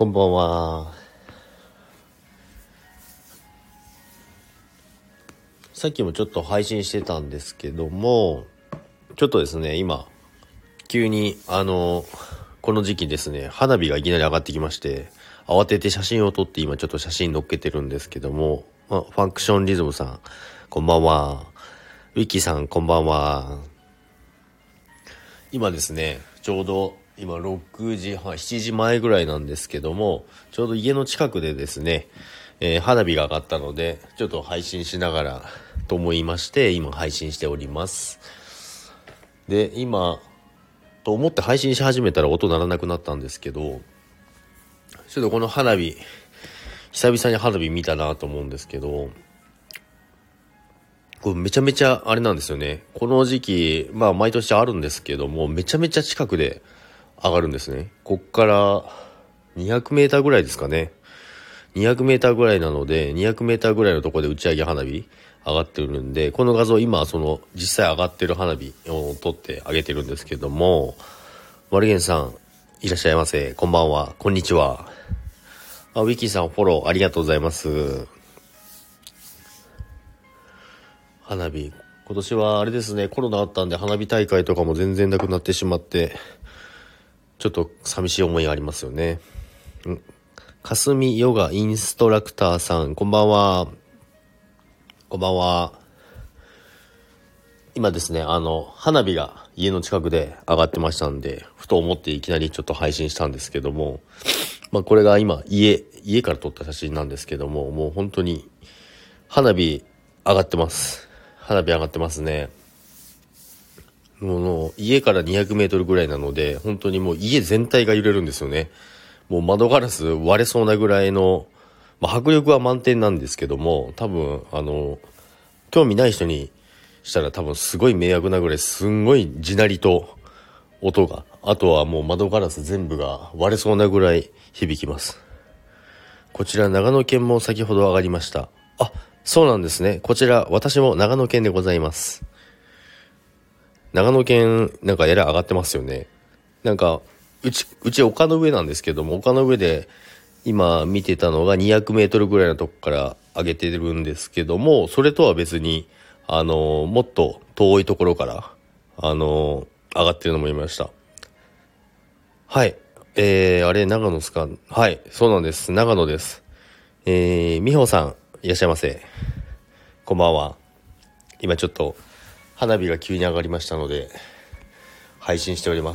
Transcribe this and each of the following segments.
こんばんは。さっきもちょっと配信してたんですけども、ちょっとですね、今急にこの時期ですね、花火がいきなり上がってきまして、慌てて写真を撮って今ちょっと写真載っけてるんですけども、ファンクションリズムさんこんばんは。ウィッキーさんこんばんは。今ですね、ちょうど今6時半7時前ぐらいなんですけども、ちょうど家の近くでですね、花火が上がったのでちょっと配信しながらと思いまして今配信しております。で、今と思って配信し始めたら音鳴らなくなったんですけど、ちょっとこの花火久々に花火見たなと思うんですけど、これめちゃめちゃあれなんですよね。この時期毎年あるんですけども、めちゃめちゃ近くで上がるんですね。こっから200メーターぐらいですかね。200メーターぐらいなので、200メーターぐらいのところで打ち上げ花火上がってるんで、この画像今実際上がってる花火を撮ってあげてるんですけども、マルゲンさんいらっしゃいませ。こんばんは、こんにちは。ウィキさんフォローありがとうございます。花火今年はあれですね、コロナあったんで花火大会とかも全然なくなってしまって、ちょっと寂しい思いがありますよね。かすみヨガインストラクターさんこんばんは。こんばんは。今ですね、花火が家の近くで上がってましたんで、ふと思っていきなりちょっと配信したんですけども、これが今家から撮った写真なんですけども、もう本当に花火上がってます。花火上がってますね。もう家から200メートルぐらいなので、本当にもう家全体が揺れるんですよね。もう窓ガラス割れそうなぐらいの、迫力は満点なんですけども、多分興味ない人にしたら多分すごい迷惑なぐらいすんごい地鳴りと音が、あとはもう窓ガラス全部が割れそうなぐらい響きます。こちら長野県も先ほど上がりました。あ、そうなんですね。こちら私も長野県でございます。長野県なんかえらい上がってますよね。なんかうち丘の上なんですけども、丘の上で今見てたのが200メートルぐらいのとこから上げてるんですけども、それとは別にもっと遠いところから上がってるのも見ました。はい、あれ長野ですか。はい、そうなんです、長野です。美穂さんいらっしゃいませ。こんばんは。今ちょっと花火が急に上がりましたので配信しております。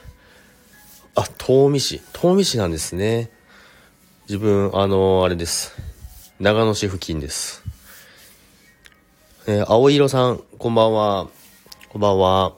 東御市なんですね。自分あれです、長野市付近です。青色さんこんばんは。こんばんは。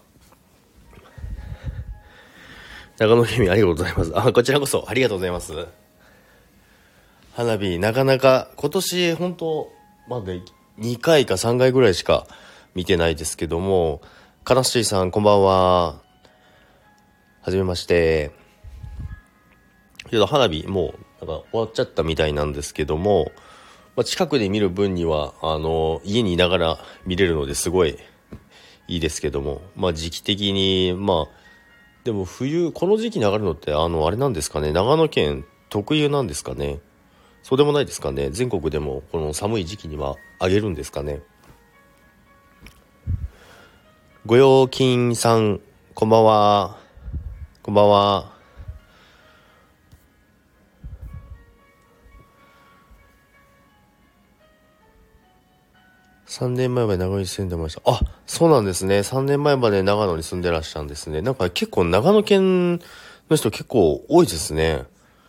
長野県民ありがとうございます。こちらこそありがとうございます。花火なかなか今年本当まだ2回か3回ぐらいしか見てないですけども、カナッシーさんこんばんは。はじめまして。けど花火もうなんか終わっちゃったみたいなんですけども、近くで見る分には家にいながら見れるのですごいいいですけども、時期的にでも冬この時期に上がるのってあれなんですかね、長野県特有なんですかね。そうでもないですかね。全国でもこの寒い時期には上げるんですかね。ご用金さんこんばんは。こんばんは。3年前まで長野に住んでました。そうなんですね。3年前まで長野に住んでらっしゃるんですね。なんか結構長野県の人結構多いですね。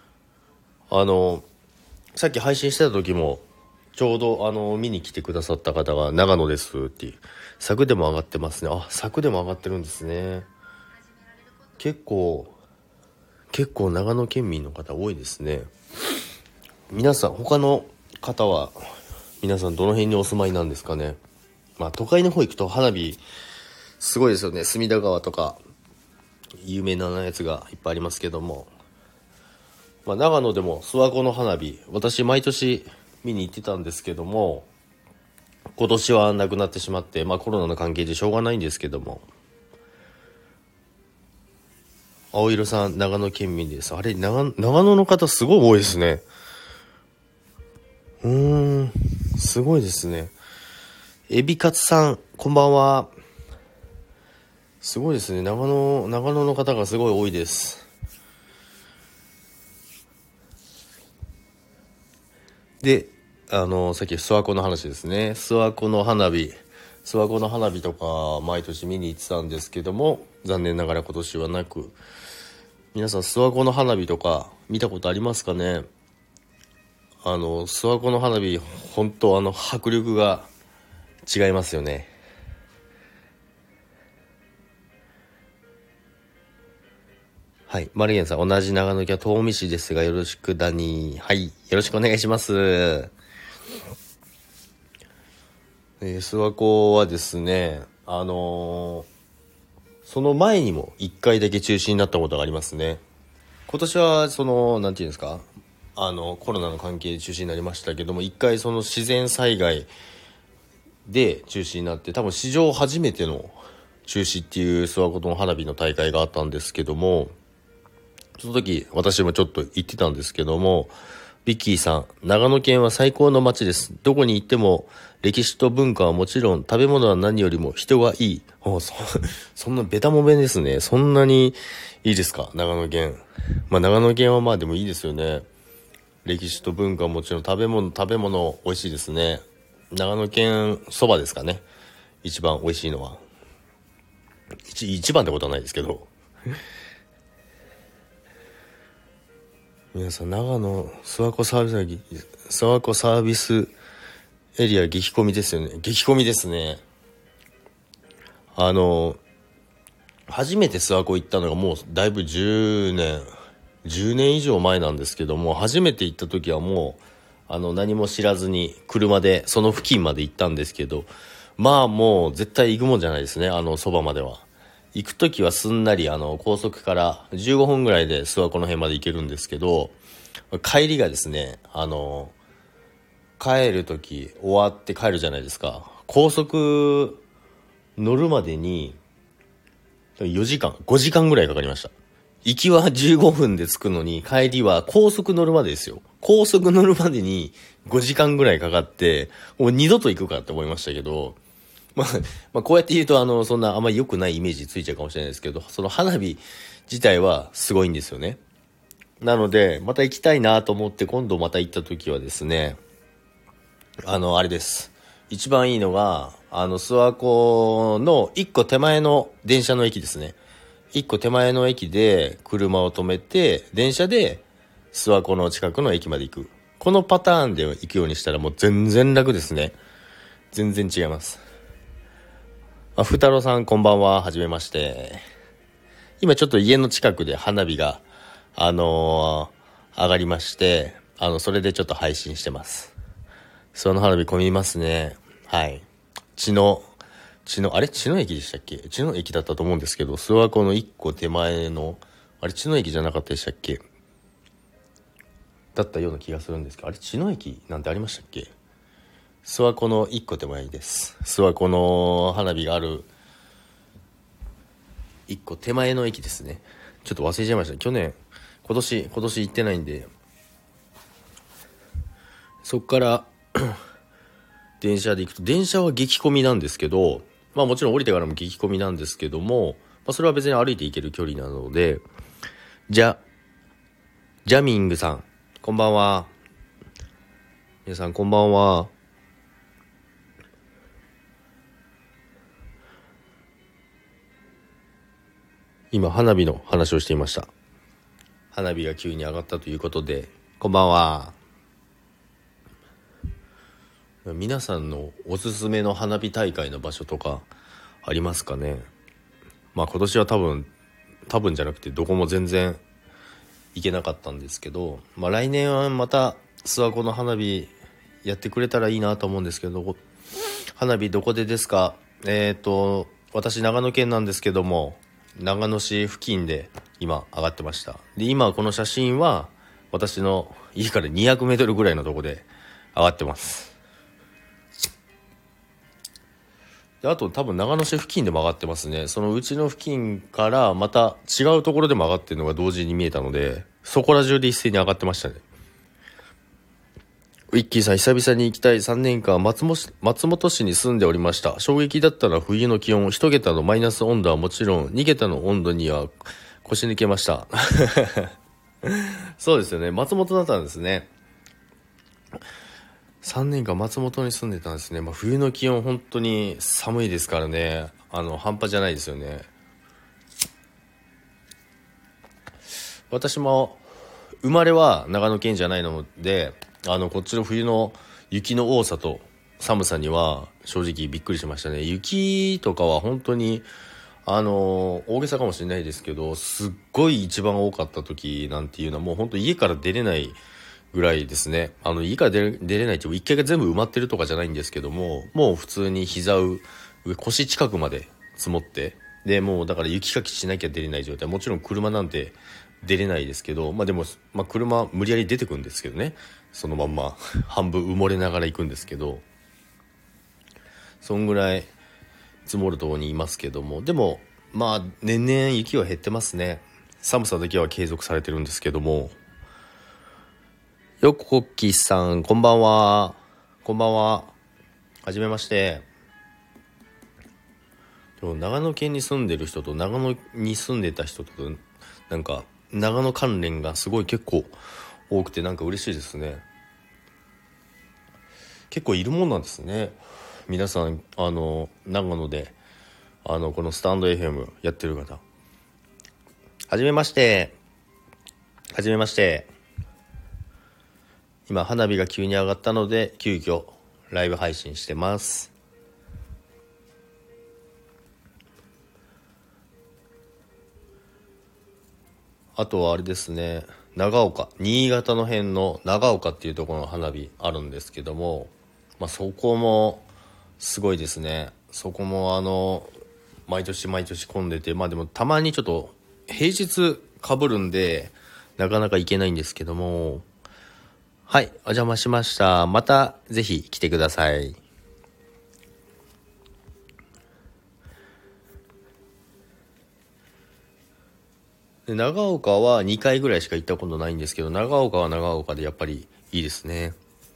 さっき配信してた時もちょうど見に来てくださった方が長野ですっていう柵でも上がってますね。柵でも上がってるんですね。結構長野県民の方多いですね。皆さん他の方は皆さんどの辺にお住まいなんですかね。都会の方行くと花火すごいですよね。隅田川とか有名なやつがいっぱいありますけども、長野でも諏訪湖の花火私毎年見に行ってたんですけども、今年はなくなってしまって、コロナの関係でしょうがないんですけども、 青色さん、長野県民です。あれ、長野の方すごい多いですね。すごいですね。エビカツさん、こんばんは。すごいですね。長野の方がすごい多いです。で、さっき諏訪湖の話ですね。諏訪湖の花火とか毎年見に行ってたんですけども、残念ながら今年はなく。皆さん諏訪湖の花火とか見たことありますかね。諏訪湖の花火、本当迫力が違いますよね。はい。マルゲンさん、同じ長野県東御市ですが、よろしくだに。はい。よろしくお願いします。諏訪湖はですね、その前にも1回だけ中止になったことがありますね。今年はなんていうんですか、コロナの関係で中止になりましたけども、1回その自然災害で中止になって、多分史上初めての中止っていう諏訪湖の花火の大会があったんですけども、その時私もちょっと行ってたんですけども、ビッキーさん、長野県は最高の街です。どこに行っても歴史と文化はもちろん、食べ物は何よりも人がいい。そんなベタもべですね。そんなにいいですか、長野県。長野県はまあでもいいですよね。歴史と文化はもちろん、食べ物美味しいですね。長野県そばですかね。一番美味しいのは。一番ってことはないですけど。皆さん、長野諏訪湖サービスエリア激混みですよね。激混みですね。初めて諏訪湖行ったのがもうだいぶ10年以上前なんですけども、初めて行った時はもう何も知らずに車でその付近まで行ったんですけど、まあもう絶対行くもんじゃないですね。そばまでは行く時はすんなり高速から15分ぐらいで諏訪湖の辺まで行けるんですけど、帰りがですね、帰る時終わって帰るじゃないですか。高速乗るまでに5時間ぐらいかかりました。行きは15分で着くのに、帰りは高速乗るまでですよ。高速乗るまでに5時間ぐらいかかって、もう二度と行くかって思いましたけど、こうやって言うとそんなあんまり良くないイメージついちゃうかもしれないですけど、その花火自体はすごいんですよね。なので、また行きたいなと思って、今度また行った時はですね、あれです。一番いいのが、諏訪湖の一個手前の電車の駅ですね。一個手前の駅で車を止めて、電車で諏訪湖の近くの駅まで行く。このパターンで行くようにしたらもう全然楽ですね。全然違います。ふたろうさんこんばんは。はじめまして。今ちょっと家の近くで花火が、上がりまして、それでちょっと配信してます。諏訪の花火混みますね。はい。茅野駅でしたっけ？茅野駅だったと思うんですけど、諏訪湖の一個手前の、茅野駅じゃなかったでしたっけ？だったような気がするんですけど、茅野駅なんてありましたっけ？諏訪湖の一個手前です。諏訪湖の花火がある一個手前の駅ですね。ちょっと忘れちゃいました。今年行ってないんで、そっから電車で行くと、電車は激混みなんですけど、もちろん降りてからも激混みなんですけども、それは別に歩いて行ける距離なので、ジャミングさん、こんばんは。皆さんこんばんは。今花火の話をしていました。花火が急に上がったということで、こんばんは。皆さんのおすすめの花火大会の場所とかありますかね。今年は多分じゃなくてどこも全然行けなかったんですけど、来年はまた諏訪湖の花火やってくれたらいいなと思うんですけど、花火どこでですか？私長野県なんですけども、長野市付近で今上がってました。で、今この写真は私の家から200メートルぐらいのところで上がってます。 であと多分長野市付近でも上がってますね。そのうちの付近からまた違うところでも上がってるのが同時に見えたので、そこら中で一斉に上がってましたね。ウィッキーさん、久々に行きたい。3年間松本市に住んでおりました。衝撃だったのは冬の気温。1桁のマイナス温度はもちろん、2桁の温度には腰抜けました。そうですよね。松本だったんですね。3年間松本に住んでたんですね。冬の気温本当に寒いですからね。半端じゃないですよね。私も生まれは長野県じゃないので、こっちの冬の雪の多さと寒さには正直びっくりしましたね。雪とかは本当に大げさかもしれないですけど、すっごい一番多かった時なんていうのはもう本当家から出れないぐらいですね。家から出れないって1階が全部埋まってるとかじゃないんですけども、もう普通に膝上腰近くまで積もって、でもうだから雪かきしなきゃ出れない状態。もちろん車なんて出れないですけど、でも、車無理やり出てくんですけどね、そのまんま半分埋もれながら行くんですけど、そんぐらい積もるところにいますけども、でも年々雪は減ってますね。寒さだけは継続されてるんですけども。よこきさん、こんばんは。こんばんは。はじめまして。長野県に住んでる人と長野に住んでた人となんか長野関連がすごい結構多くて、なんか嬉しいですね。結構いるもんなんですね。皆さん長野でこのスタンド FM やってる方、はじめまして。はじめまして。今花火が急に上がったので急遽ライブ配信してます。あとはあれですね、長岡、新潟の辺の長岡っていうところの花火あるんですけども、そこもすごいですね。そこも毎年毎年混んでて、でもたまにちょっと平日被るんでなかなか行けないんですけども、はい、お邪魔しました。またぜひ来てください。で長岡は2回ぐらいしか行ったことないんですけど、長岡は長岡でやっぱりいいですね。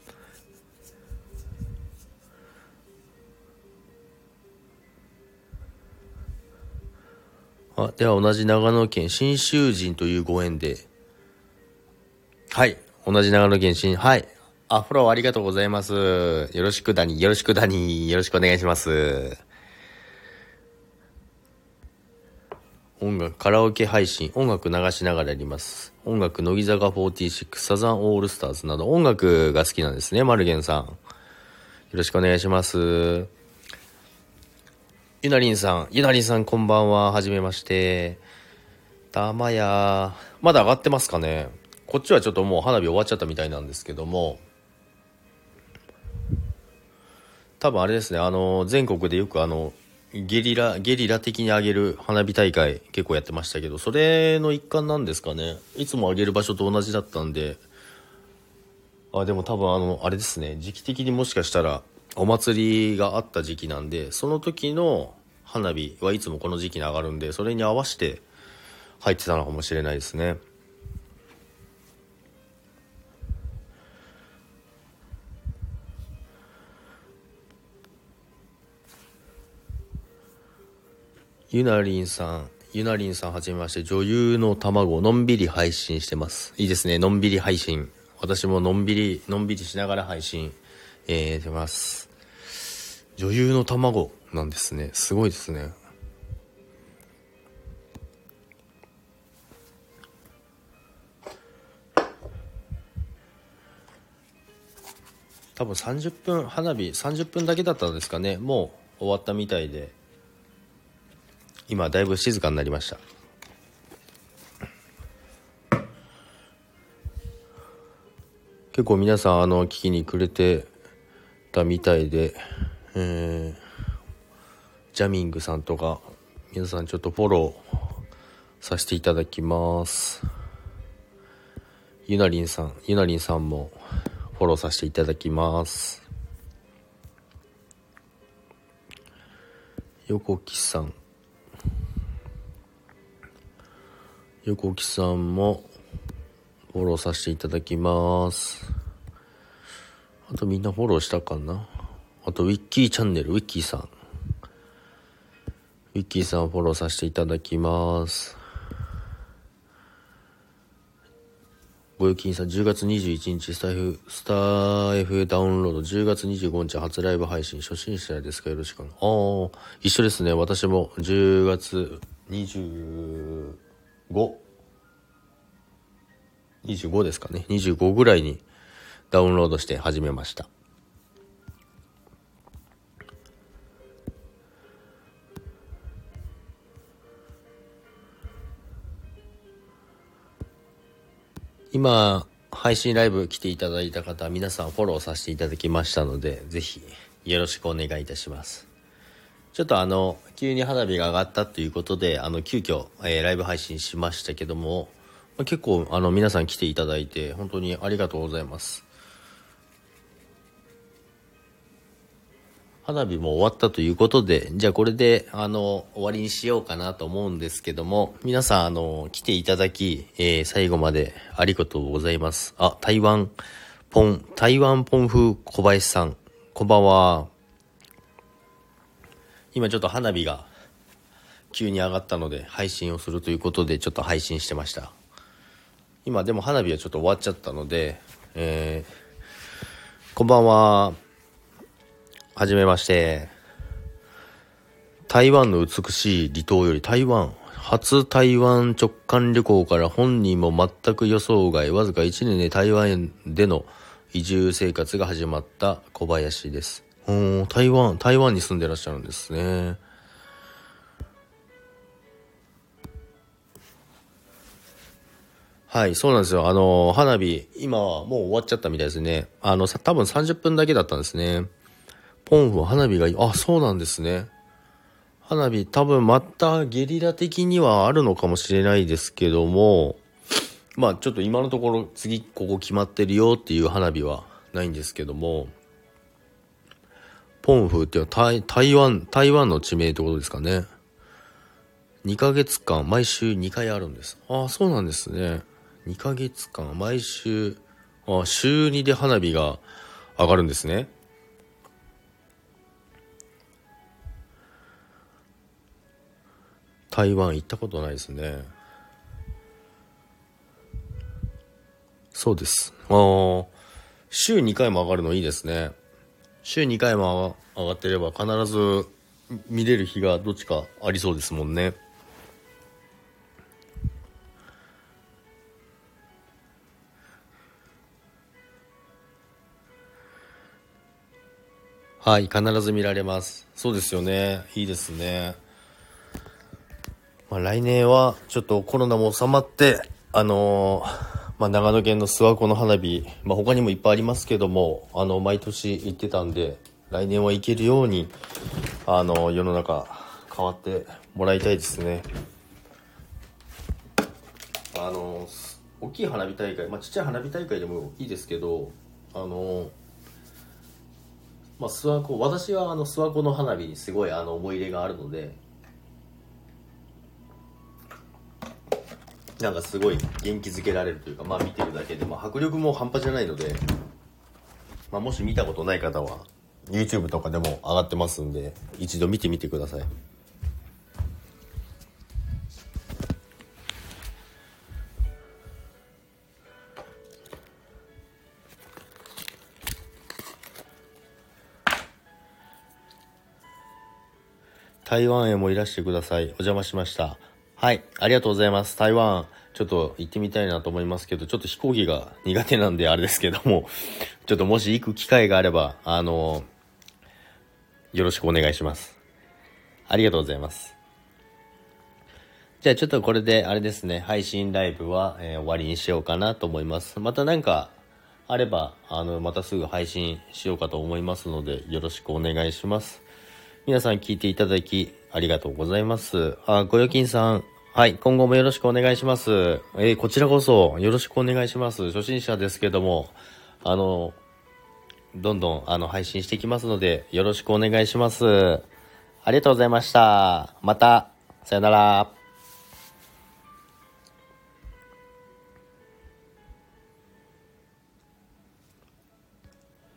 では同じ長野県信州人というご縁で、はい、同じ長野県はい、フォローありがとうございます。よろしくダニー、よろしくダニー、よろしくお願いします。音楽カラオケ配信、音楽流しながらやります。音楽乃木坂46、サザンオールスターズなど音楽が好きなんですね。マルゲンさん、よろしくお願いします。ゆなりんさんこんばんは。はじめまして。たまやまだ上がってますかね。こっちはちょっともう花火終わっちゃったみたいなんですけども、多分あれですね、全国でよくゲリラ的に上げる花火大会結構やってましたけど、それの一環なんですかね。いつも上げる場所と同じだったんで、でも多分あれですね、時期的にもしかしたらお祭りがあった時期なんで、その時の花火はいつもこの時期に上がるんで、それに合わせて入ってたのかもしれないですね。ゆなりんさんはじめまして。女優の卵、のんびり配信してます。いいですね、のんびり配信。私ものんびりしながら配信、してます。女優の卵なんですね。すごいですね。多分花火30分だけだったんですかね。もう終わったみたいで、今だいぶ静かになりました。結構皆さん聞きにくれてたみたいで、ジャミングさんとか皆さんちょっとフォローさせていただきます。ゆなりんさんもフォローさせていただきます。 横木さんもフォローさせていただきます。あとみんなフォローしたかな。あとウィッキーチャンネル、ウィッキーさんフォローさせていただきます。ごゆきんさん、10月21日スター F ダウンロード、10月25日初ライブ配信、初心者ですか？よろしく。一緒ですね。私も10月25ですかね。25ぐらいにダウンロードして始めました。今配信ライブ来ていただいた方、皆さんフォローさせていただきましたので、ぜひよろしくお願いいたします。ちょっと急に花火が上がったということで、急遽、ライブ配信しましたけども、結構皆さん来ていただいて本当にありがとうございます。花火も終わったということで、じゃあこれで終わりにしようかなと思うんですけども、皆さん来ていただき、最後までありがとうございます。台湾ポン風小林さん、こんばんは。今ちょっと花火が急に上がったので配信をするということでちょっと配信してました。今でも花火はちょっと終わっちゃったので、こんばんは。はじめまして。台湾の美しい離島より初台湾直感旅行から本人も全く予想外、わずか1年で台湾での移住生活が始まった小林です。台湾に住んでらっしゃるんですね。はい、そうなんですよ。花火今はもう終わっちゃったみたいですね。多分30分だけだったんですね。ポンフは花火がそうなんですね。花火多分またゲリラ的にはあるのかもしれないですけども、ちょっと今のところ次ここ決まってるよっていう花火はないんですけども、ポンフっていうのは台湾の地名ってことですかね。2ヶ月間毎週2回あるんです。そうなんですね。2ヶ月間毎週週2で花火が上がるんですね。台湾行ったことないですね。そうです。週2回も上がるのいいですね。週2回も上がってれば必ず見れる日がどっちかありそうですもんね。はい、必ず見られます。そうですよね。いいですね。来年はちょっとコロナも収まって長野県の諏訪湖の花火、他にもいっぱいありますけども、毎年行ってたんで、来年は行けるように世の中変わってもらいたいですね。大きい花火大会、ちっちゃい花火大会でもいいですけど、諏訪湖、私は諏訪湖の花火にすごい思い入れがあるので、なんかすごい元気づけられるというか、見てるだけで、迫力も半端じゃないので、もし見たことない方は YouTube とかでも上がってますんで、一度見てみてください。台湾へもいらしてください。お邪魔しました。はい、ありがとうございます。台湾ちょっと行ってみたいなと思いますけど、ちょっと飛行機が苦手なんであれですけども、ちょっともし行く機会があればよろしくお願いします。ありがとうございます。じゃあちょっとこれであれですね、配信ライブは、終わりにしようかなと思います。またなんかあればまたすぐ配信しようかと思いますので、よろしくお願いします。皆さん聞いていただきありがとうございます。ごよきんさん、はい、今後もよろしくお願いします。こちらこそよろしくお願いします。初心者ですけども、どんどん配信していきますので、よろしくお願いします。 ありがとうございました。また、さよなら。